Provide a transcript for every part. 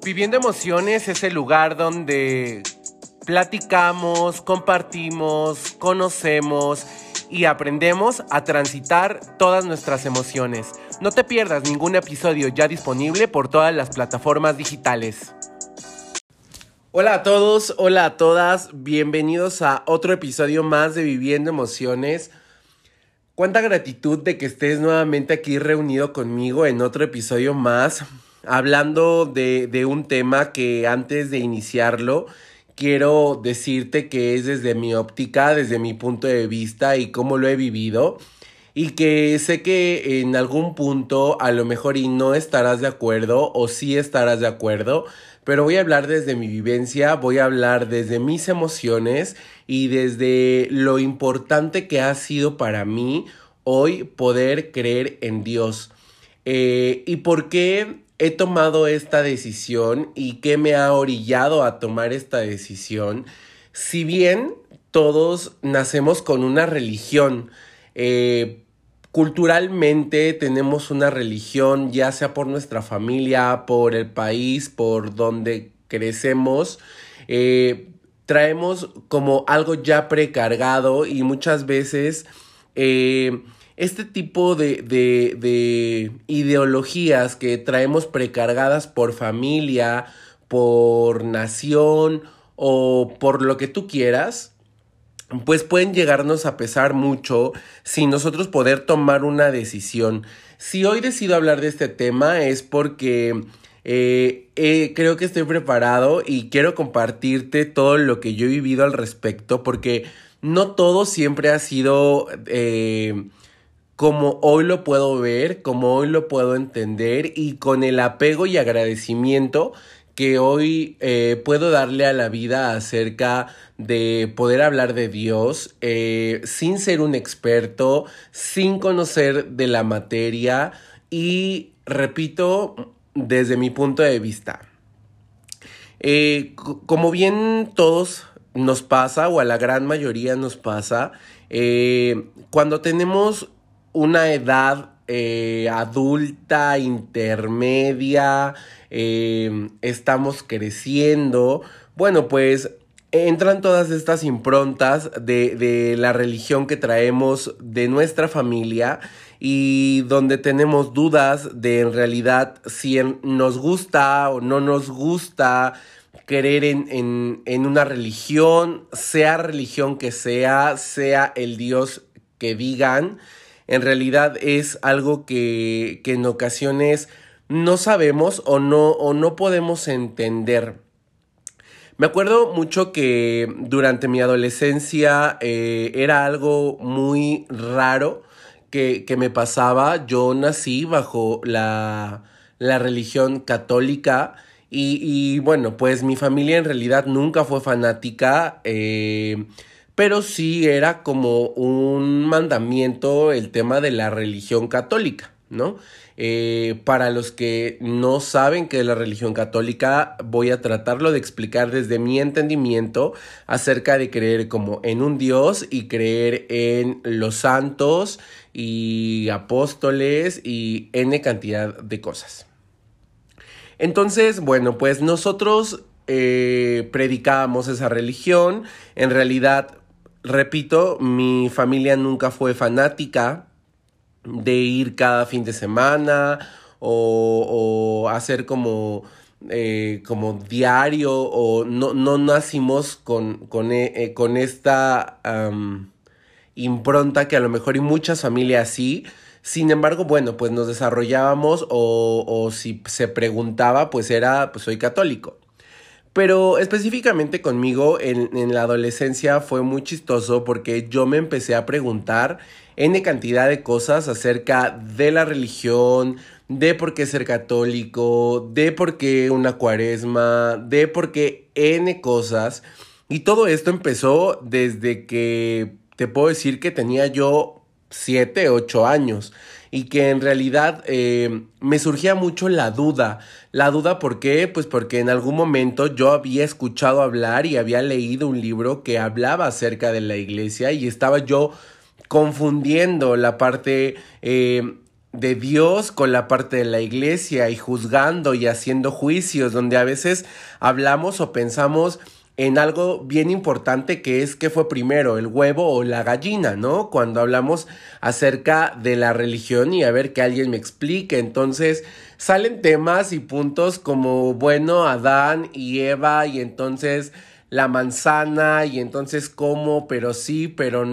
Viviendo Emociones es el lugar donde platicamos, compartimos, conocemos y aprendemos a transitar todas nuestras emociones. No te pierdas ningún episodio ya disponible por todas las plataformas digitales. Hola a todos, hola a todas, bienvenidos a otro episodio más de Viviendo Emociones. Cuánta gratitud de que estés nuevamente aquí reunido conmigo en otro episodio más, hablando de un tema que antes de iniciarlo quiero decirte que es desde mi óptica, desde mi punto de vista y cómo lo he vivido, y que sé que en algún punto a lo mejor y no estarás de acuerdo o sí estarás de acuerdo, pero voy a hablar desde mi vivencia, voy a hablar desde mis emociones y desde lo importante que ha sido para mí hoy poder creer en Dios. ¿Y por qué he tomado esta decisión y qué me ha orillado a tomar esta decisión? Si bien todos nacemos con una religión, culturalmente tenemos una religión, ya sea por nuestra familia, por el país, por donde crecemos, traemos como algo ya precargado y muchas veces este tipo de ideologías que traemos precargadas por familia, por nación o por lo que tú quieras, pues pueden llegarnos a pesar mucho sin nosotros poder tomar una decisión. Si hoy decido hablar de este tema es porque creo que estoy preparado y quiero compartirte todo lo que yo he vivido al respecto, porque no todo siempre ha sido como hoy lo puedo ver, como hoy lo puedo entender y con el apego y agradecimiento que hoy puedo darle a la vida acerca de poder hablar de Dios sin ser un experto, sin conocer de la materia y, repito, desde mi punto de vista. Como bien todos nos pasa, o a la gran mayoría nos pasa, cuando tenemos una edad adulta, intermedia, estamos creciendo, bueno, pues entran todas estas improntas de la religión que traemos de nuestra familia y donde tenemos dudas de en realidad si nos gusta o no nos gusta creer en una religión, sea religión que sea el Dios que digan. En realidad es algo que en ocasiones no sabemos o no podemos entender. Me acuerdo mucho que durante mi adolescencia era algo muy raro que me pasaba. Yo nací bajo la religión católica y bueno, pues mi familia en realidad nunca fue fanática, pero sí era como un mandamiento el tema de la religión católica, ¿no? Para los que no saben qué es la religión católica, voy a tratarlo de explicar desde mi entendimiento acerca de creer como en un Dios y creer en los santos y apóstoles y N cantidad de cosas. Entonces, bueno, pues nosotros predicábamos esa religión. En realidad, repito, mi familia nunca fue fanática de ir cada fin de semana o hacer como diario, o no nacimos con esta impronta que a lo mejor y muchas familias sí. Sin embargo, bueno, pues nos desarrollábamos o si se preguntaba, pues era, pues soy católico. Pero específicamente conmigo en la adolescencia fue muy chistoso porque yo me empecé a preguntar N cantidad de cosas acerca de la religión, de por qué ser católico, de por qué una cuaresma, de por qué N cosas. Y todo esto empezó desde que te puedo decir que tenía yo 7, 8 años y que en realidad me surgía mucho la duda. La duda, ¿por qué? Pues porque en algún momento yo había escuchado hablar y había leído un libro que hablaba acerca de la iglesia y estaba yo confundiendo la parte de Dios con la parte de la iglesia y juzgando y haciendo juicios, donde a veces hablamos o pensamos en algo bien importante que es qué fue primero, el huevo o la gallina, ¿no? Cuando hablamos acerca de la religión y a ver que alguien me explique, entonces salen temas y puntos como, bueno, Adán y Eva y entonces la manzana y entonces cómo, pero sí,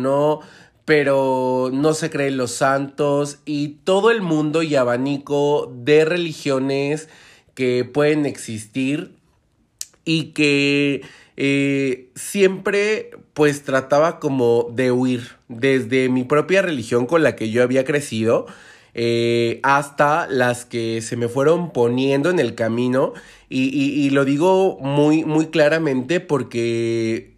pero no se creen los santos y todo el mundo y abanico de religiones que pueden existir y que siempre pues trataba como de huir desde mi propia religión con la que yo había crecido hasta las que se me fueron poniendo en el camino y lo digo muy, muy claramente porque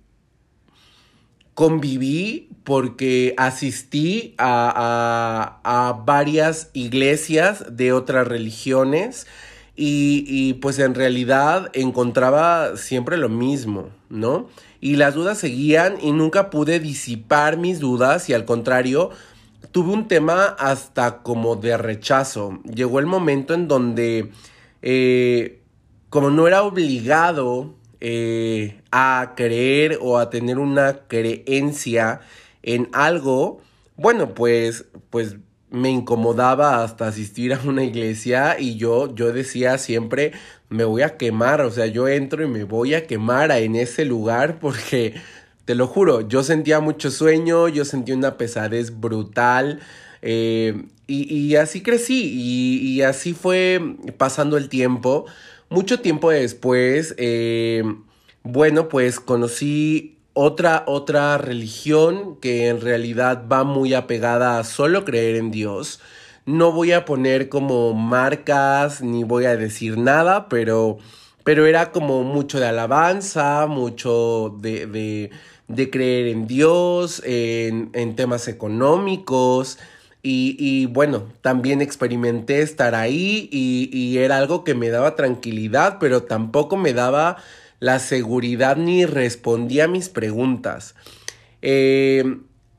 conviví, porque asistí a varias iglesias de otras religiones y pues en realidad encontraba siempre lo mismo, ¿no? Y las dudas seguían y nunca pude disipar mis dudas y al contrario, tuve un tema hasta como de rechazo. Llegó el momento en donde, como no era obligado a creer o a tener una creencia en algo, bueno, pues me incomodaba hasta asistir a una iglesia y yo decía siempre, me voy a quemar, o sea, yo entro y me voy a quemar en ese lugar porque, te lo juro, yo sentía mucho sueño, yo sentía una pesadez brutal y así crecí y así fue pasando el tiempo. Mucho tiempo después, bueno, pues conocí otra religión que en realidad va muy apegada a solo creer en Dios. No voy a poner como marcas ni voy a decir nada, pero era como mucho de alabanza, mucho de creer en Dios, en temas económicos. Y bueno, también experimenté estar ahí y era algo que me daba tranquilidad, pero tampoco me daba la seguridad ni respondía a mis preguntas. Eh,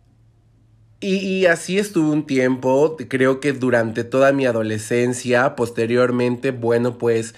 y así estuve un tiempo, creo que durante toda mi adolescencia, posteriormente, bueno, pues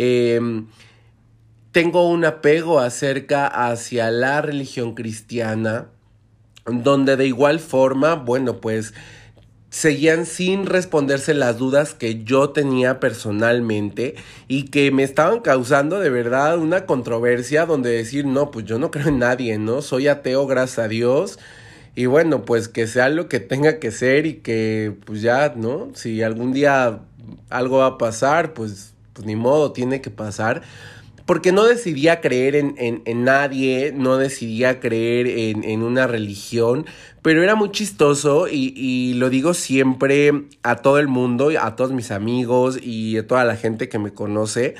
tengo un apego acerca hacia la religión cristiana, donde de igual forma, bueno, pues seguían sin responderse las dudas que yo tenía personalmente y que me estaban causando de verdad una controversia donde decir, no, pues yo no creo en nadie, ¿no? Soy ateo, gracias a Dios. Y bueno, pues que sea lo que tenga que ser y que pues ya, ¿no? Si algún día algo va a pasar, pues ni modo, tiene que pasar porque no decidía creer en nadie, no decidía creer en una religión, pero era muy chistoso y lo digo siempre a todo el mundo, a todos mis amigos y a toda la gente que me conoce.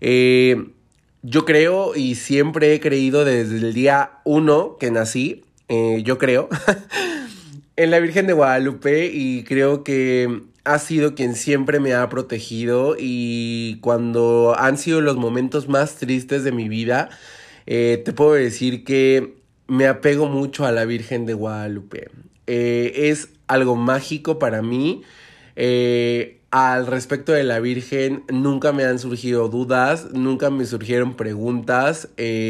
Yo creo y siempre he creído desde el día uno que nací, yo creo, en la Virgen de Guadalupe y creo que ha sido quien siempre me ha protegido y cuando han sido los momentos más tristes de mi vida, te puedo decir que me apego mucho a la Virgen de Guadalupe. Es algo mágico para mí. Al respecto de la Virgen, nunca me han surgido dudas, nunca me surgieron preguntas.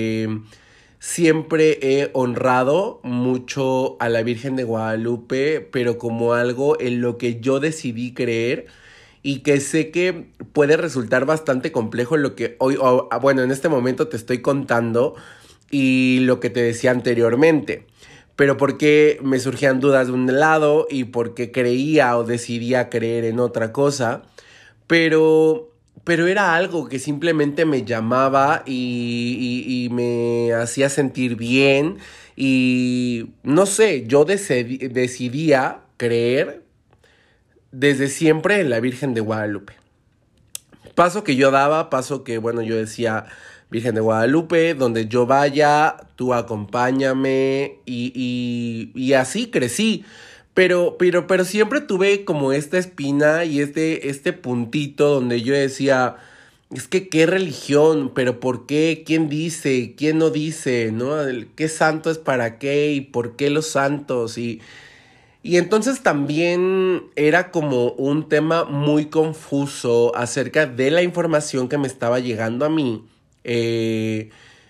Siempre he honrado mucho a la Virgen de Guadalupe, pero como algo en lo que yo decidí creer y que sé que puede resultar bastante complejo lo que hoy, bueno, en este momento te estoy contando y lo que te decía anteriormente. Pero porque me surgían dudas de un lado y porque creía o decidía creer en otra cosa, pero era algo que simplemente me llamaba y me hacía sentir bien y no sé, yo decidía creer desde siempre en la Virgen de Guadalupe. Paso que yo daba, paso que, bueno, yo decía, Virgen de Guadalupe, donde yo vaya, tú acompáñame y así crecí. Pero siempre tuve como esta espina y este puntito donde yo decía, es que qué religión, pero ¿por qué? ¿Quién dice? ¿Quién no dice? ¿No? ¿Qué santo es para qué? ¿Y por qué los santos? Y entonces también era como un tema muy confuso acerca de la información que me estaba llegando a mí. eh,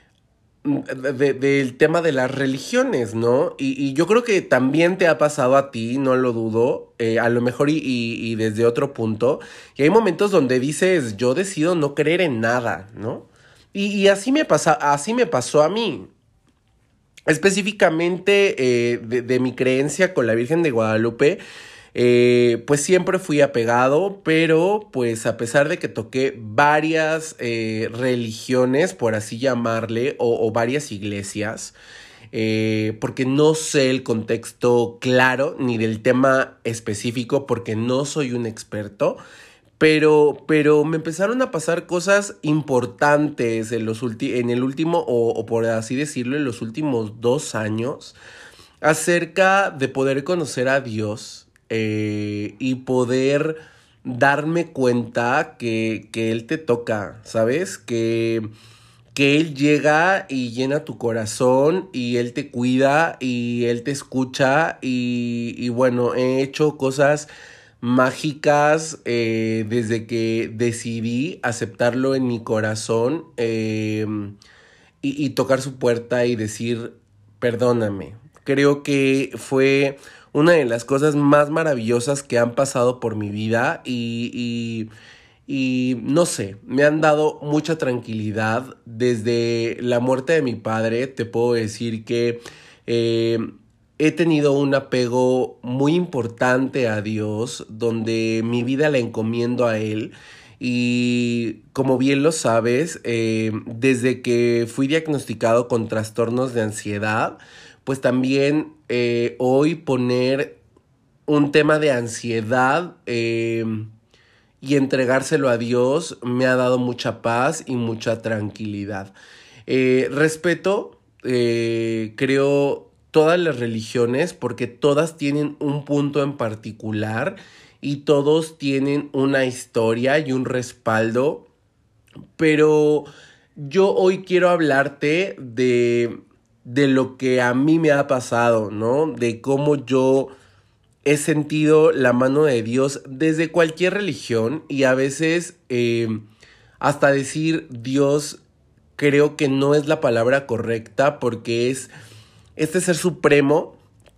del tema de las religiones, ¿no? Y yo creo que también te ha pasado a ti, no lo dudo, a lo mejor y desde otro punto. Y hay momentos donde dices, yo decido no creer en nada, ¿no? Y así me pasó a mí. Específicamente de mi creencia con la Virgen de Guadalupe, pues siempre fui apegado, pero pues a pesar de que toqué varias religiones, por así llamarle, o varias iglesias, porque no sé el contexto claro ni del tema específico, porque no soy un experto. Pero me empezaron a pasar cosas importantes en el último, o por así decirlo, en los últimos 2 años, acerca de poder conocer a Dios y poder darme cuenta que Él te toca, ¿sabes? Que Él llega y llena tu corazón y Él te cuida y Él te escucha y bueno, he hecho cosas mágicas desde que decidí aceptarlo en mi corazón y tocar su puerta y decir, perdóname. Creo que fue una de las cosas más maravillosas que han pasado por mi vida y no sé, me han dado mucha tranquilidad. Desde la muerte de mi padre, te puedo decir que eh, he tenido un apego muy importante a Dios, donde mi vida la encomiendo a Él. Y como bien lo sabes, desde que fui diagnosticado con trastornos de ansiedad, pues también hoy poner un tema de ansiedad y entregárselo a Dios me ha dado mucha paz y mucha tranquilidad. Respeto, creo, todas las religiones porque todas tienen un punto en particular y todos tienen una historia y un respaldo, pero yo hoy quiero hablarte de lo que a mí me ha pasado, ¿no? De cómo yo he sentido la mano de Dios desde cualquier religión y a veces hasta decir Dios creo que no es la palabra correcta porque es este ser supremo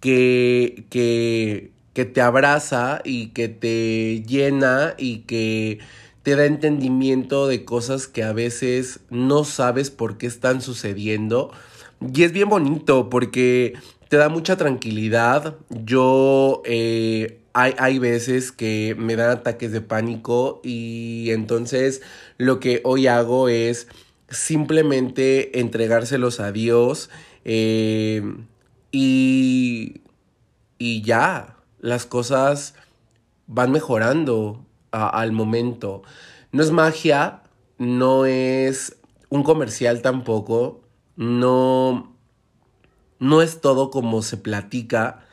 que te abraza y que te llena y que te da entendimiento de cosas que a veces no sabes por qué están sucediendo. Y es bien bonito porque te da mucha tranquilidad. Yo hay veces que me dan ataques de pánico y entonces lo que hoy hago es simplemente entregárselos a Dios eh, y, y ya, las cosas van mejorando al momento. No es magia, no es un comercial tampoco, no, no es todo como se platica,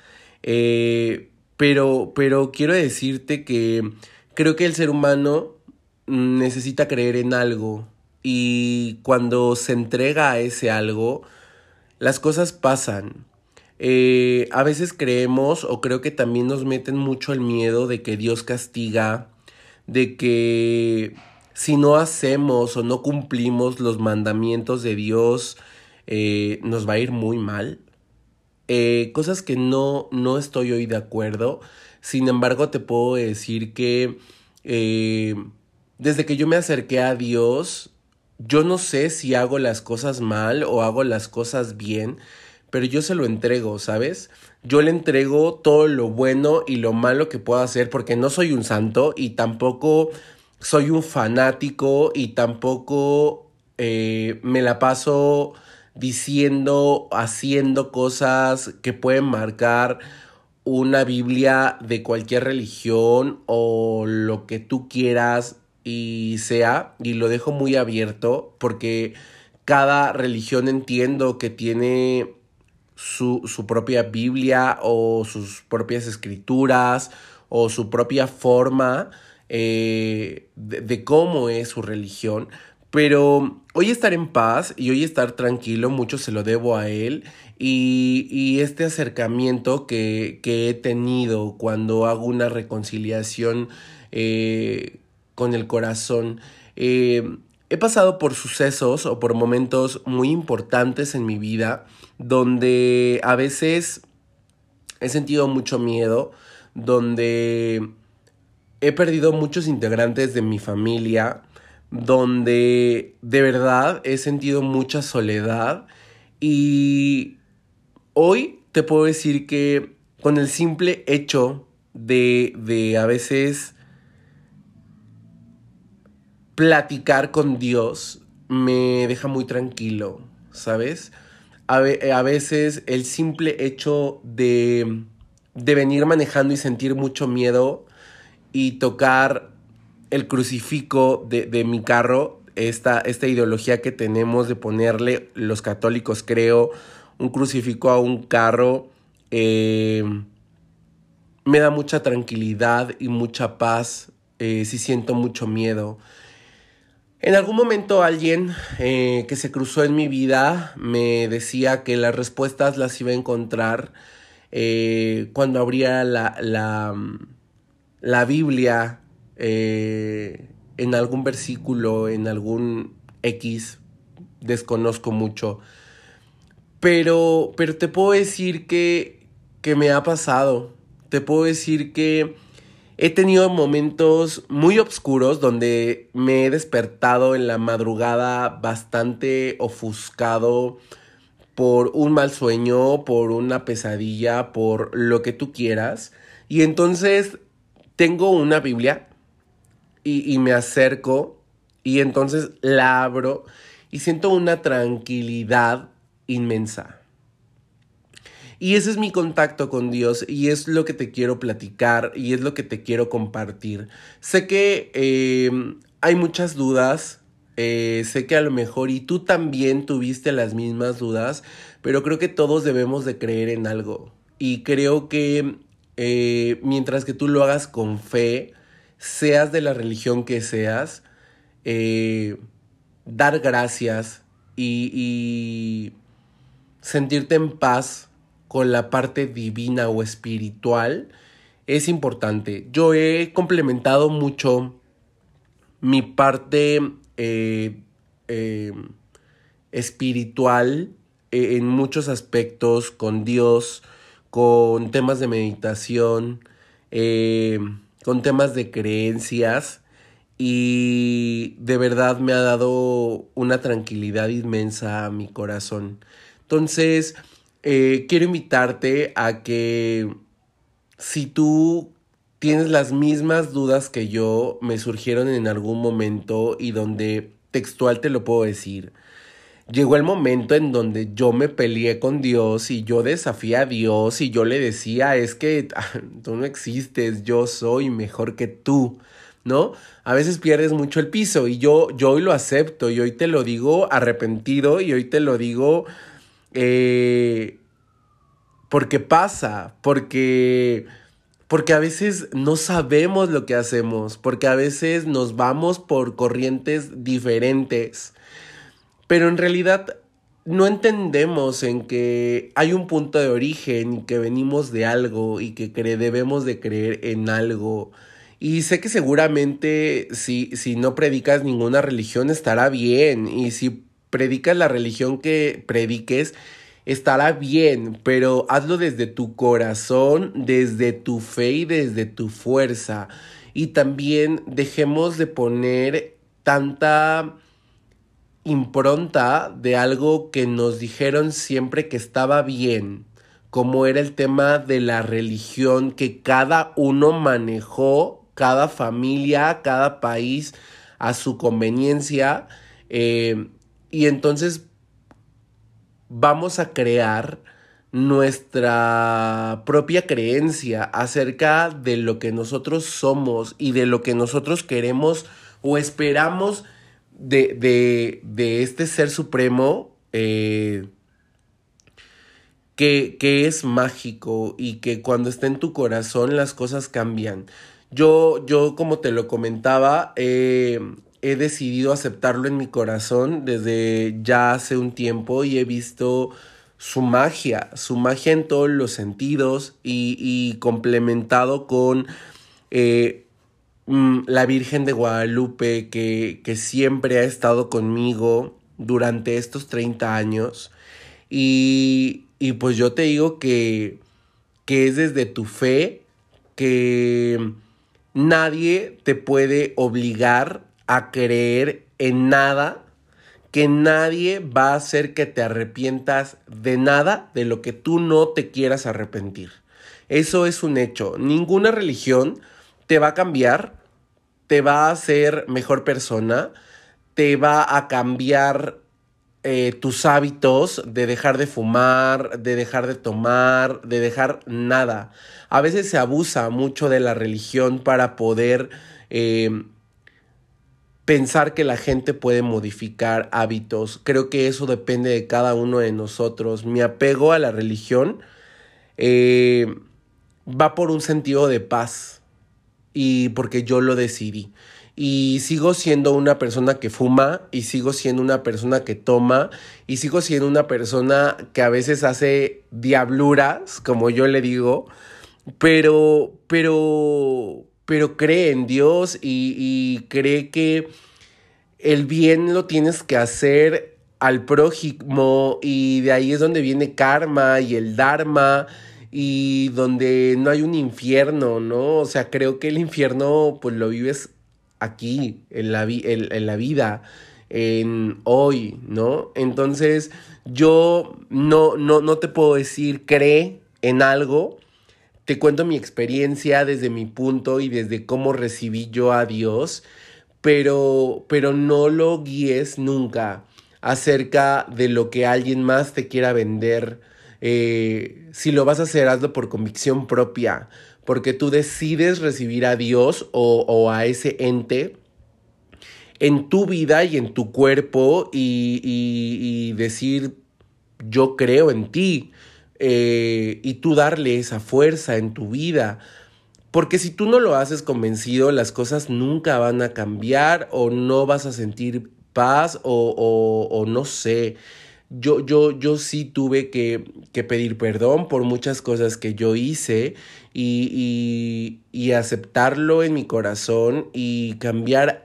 pero quiero decirte que creo que el ser humano necesita creer en algo y cuando se entrega a ese algo, las cosas pasan. A veces creemos o creo que también nos meten mucho el miedo de que Dios castiga, de que si no hacemos o no cumplimos los mandamientos de Dios, nos va a ir muy mal. Cosas que no estoy hoy de acuerdo. Sin embargo, te puedo decir que eh, desde que yo me acerqué a Dios, yo no sé si hago las cosas mal o hago las cosas bien, pero yo se lo entrego, ¿sabes? Yo le entrego todo lo bueno y lo malo que puedo hacer porque no soy un santo y tampoco soy un fanático y tampoco me la paso diciendo, haciendo cosas que pueden marcar una Biblia de cualquier religión o lo que tú quieras y sea, y lo dejo muy abierto porque cada religión entiendo que tiene su propia Biblia o sus propias escrituras o su propia forma de cómo es su religión. Pero hoy estar en paz y hoy estar tranquilo, mucho se lo debo a él y este acercamiento que he tenido cuando hago una reconciliación con el corazón. He pasado por sucesos o por momentos muy importantes en mi vida donde a veces he sentido mucho miedo, donde he perdido muchos integrantes de mi familia, donde de verdad he sentido mucha soledad y hoy te puedo decir que con el simple hecho de a veces platicar con Dios me deja muy tranquilo, ¿sabes? A veces el simple hecho de venir manejando y sentir mucho miedo y tocar el crucifijo de mi carro, esta ideología que tenemos de ponerle los católicos, creo, un crucifijo a un carro, me da mucha tranquilidad y mucha paz si siento mucho miedo. En algún momento alguien que se cruzó en mi vida me decía que las respuestas las iba a encontrar cuando abría la Biblia en algún versículo, en algún X, desconozco mucho. Pero te puedo decir que me ha pasado. Te puedo decir que he tenido momentos muy oscuros donde me he despertado en la madrugada bastante ofuscado por un mal sueño, por una pesadilla, por lo que tú quieras. Y entonces tengo una Biblia y me acerco y entonces la abro y siento una tranquilidad inmensa. Y ese es mi contacto con Dios y es lo que te quiero platicar y es lo que te quiero compartir. Sé que hay muchas dudas, sé que a lo mejor y tú también tuviste las mismas dudas, pero creo que todos debemos de creer en algo. Y creo que mientras que tú lo hagas con fe, seas de la religión que seas, eh, dar gracias y sentirte en paz con la parte divina o espiritual es importante. Yo he complementado mucho mi parte eh, espiritual en muchos aspectos con Dios, con temas de meditación, eh, con temas de creencias y de verdad me ha dado una tranquilidad inmensa a mi corazón. Entonces, quiero invitarte a que si tú tienes las mismas dudas que yo, me surgieron en algún momento y donde textual te lo puedo decir. Llegó el momento en donde yo me peleé con Dios y yo desafié a Dios y yo le decía, es que tú no existes, yo soy mejor que tú, ¿no? A veces pierdes mucho el piso y yo hoy lo acepto y hoy te lo digo arrepentido y hoy te lo digo eh, porque pasa, porque a veces no sabemos lo que hacemos, porque a veces nos vamos por corrientes diferentes. Pero en realidad no entendemos en que hay un punto de origen y que venimos de algo y que debemos de creer en algo. Y sé que seguramente si no predicas ninguna religión estará bien. Y si predicas la religión que prediques estará bien. Pero hazlo desde tu corazón, desde tu fe y desde tu fuerza. Y también dejemos de poner tanta impronta de algo que nos dijeron siempre que estaba bien, como era el tema de la religión que cada uno manejó, cada familia, cada país a su conveniencia, y entonces vamos a crear nuestra propia creencia acerca de lo que nosotros somos y de lo que nosotros queremos o esperamos de este ser supremo que es mágico y que cuando está en tu corazón las cosas cambian. Yo como te lo comentaba, he decidido aceptarlo en mi corazón desde ya hace un tiempo y he visto su magia en todos los sentidos y complementado con eh, la Virgen de Guadalupe que siempre ha estado conmigo durante estos 30 años. Y pues yo te digo que es desde tu fe que nadie te puede obligar a creer en nada, que nadie va a hacer que te arrepientas de nada de lo que tú no te quieras arrepentir. Eso es un hecho. Ninguna religión te va a cambiar, te va a hacer mejor persona, te va a cambiar tus hábitos de dejar de fumar, de dejar de tomar, de dejar nada. A veces se abusa mucho de la religión para poder pensar que la gente puede modificar hábitos. Creo que eso depende de cada uno de nosotros. Mi apego a la religión eh, va por un sentido de paz y porque yo lo decidí. Y sigo siendo una persona que fuma y sigo siendo una persona que toma y sigo siendo una persona que a veces hace diabluras, como yo le digo, pero cree en Dios y cree que el bien lo tienes que hacer al prójimo y de ahí es donde viene karma y el dharma y donde no hay un infierno, ¿no? O sea, creo que el infierno pues lo vives aquí, en la vida, en hoy, ¿no? Entonces yo no te puedo decir cree en algo. Te cuento mi experiencia desde mi punto y desde cómo recibí yo a Dios, pero no lo guíes nunca acerca de lo que alguien más te quiera vender. Si lo vas a hacer, hazlo por convicción propia, porque tú decides recibir a Dios o a ese ente en tu vida y en tu cuerpo y decir, yo creo en ti, y tú darle esa fuerza en tu vida. Porque si tú no lo haces convencido, las cosas nunca van a cambiar o no vas a sentir paz o no sé. Yo sí tuve que pedir perdón por muchas cosas que yo hice y aceptarlo en mi corazón y cambiar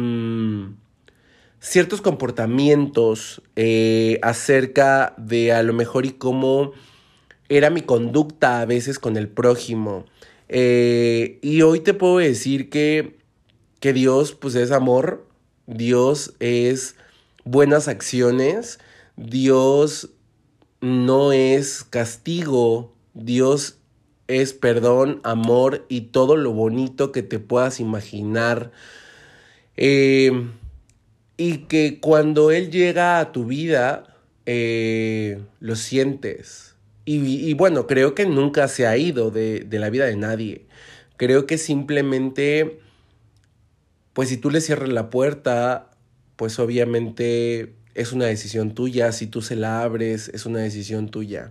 ciertos comportamientos acerca de a lo mejor y cómo era mi conducta a veces con el prójimo. Y hoy te puedo decir que Dios pues es amor, Dios es buenas acciones, Dios no es castigo, Dios es perdón, amor y todo lo bonito que te puedas imaginar. Eh, y que cuando Él llega a tu vida, lo sientes. Y bueno, creo que nunca se ha ido de la vida de nadie. Creo que simplemente, pues si tú le cierras la puerta, pues obviamente es una decisión tuya. Si tú se la abres, es una decisión tuya.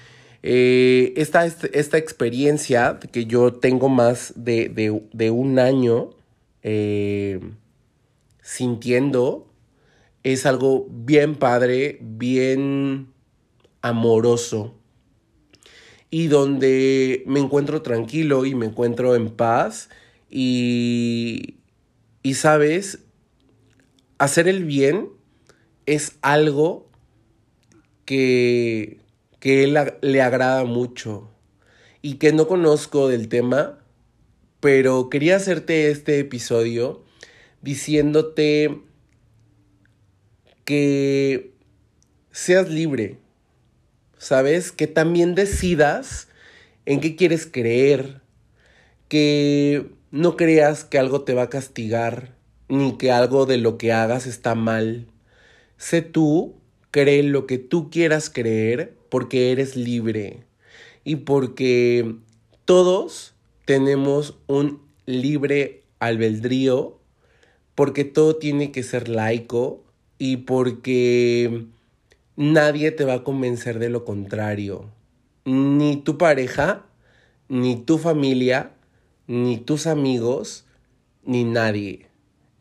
Esta experiencia que yo tengo más de un año eh, sintiendo es algo bien padre, bien amoroso y donde me encuentro tranquilo y me encuentro en paz y, y sabes, hacer el bien es algo que, que él le agrada mucho y que no conozco del tema, pero quería hacerte este episodio diciéndote que seas libre, ¿sabes? Que también decidas en qué quieres creer, que no creas que algo te va a castigar, ni que algo de lo que hagas está mal. Sé tú, cree lo que tú quieras creer, porque eres libre y porque todos tenemos un libre albedrío, porque todo tiene que ser laico y porque nadie te va a convencer de lo contrario. Ni tu pareja, ni tu familia, ni tus amigos, ni nadie.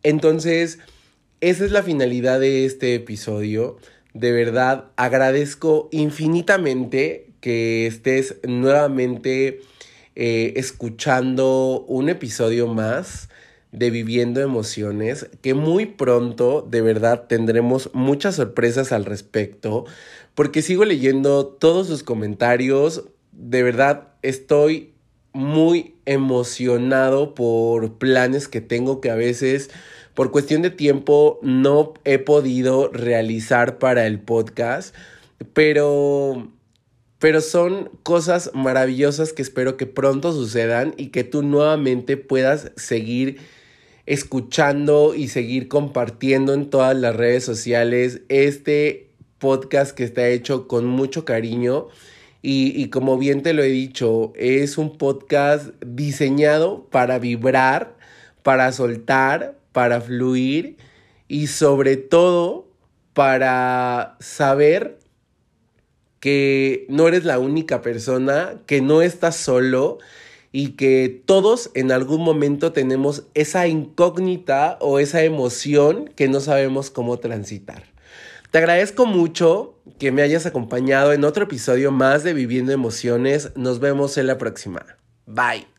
Entonces, esa es la finalidad de este episodio. De verdad, agradezco infinitamente que estés nuevamente escuchando un episodio más de Viviendo Emociones, que muy pronto de verdad tendremos muchas sorpresas al respecto, porque sigo leyendo todos sus comentarios. De verdad estoy muy emocionado por planes que tengo que a veces por cuestión de tiempo no he podido realizar para el podcast, pero son cosas maravillosas que espero que pronto sucedan y que tú nuevamente puedas seguir escuchando y seguir compartiendo en todas las redes sociales este podcast que está hecho con mucho cariño. Y como bien te lo he dicho, es un podcast diseñado para vibrar, para soltar, para fluir y sobre todo para saber que no eres la única persona, que no estás solo y que todos en algún momento tenemos esa incógnita o esa emoción que no sabemos cómo transitar. Te agradezco mucho que me hayas acompañado en otro episodio más de Viviendo Emociones. Nos vemos en la próxima. Bye.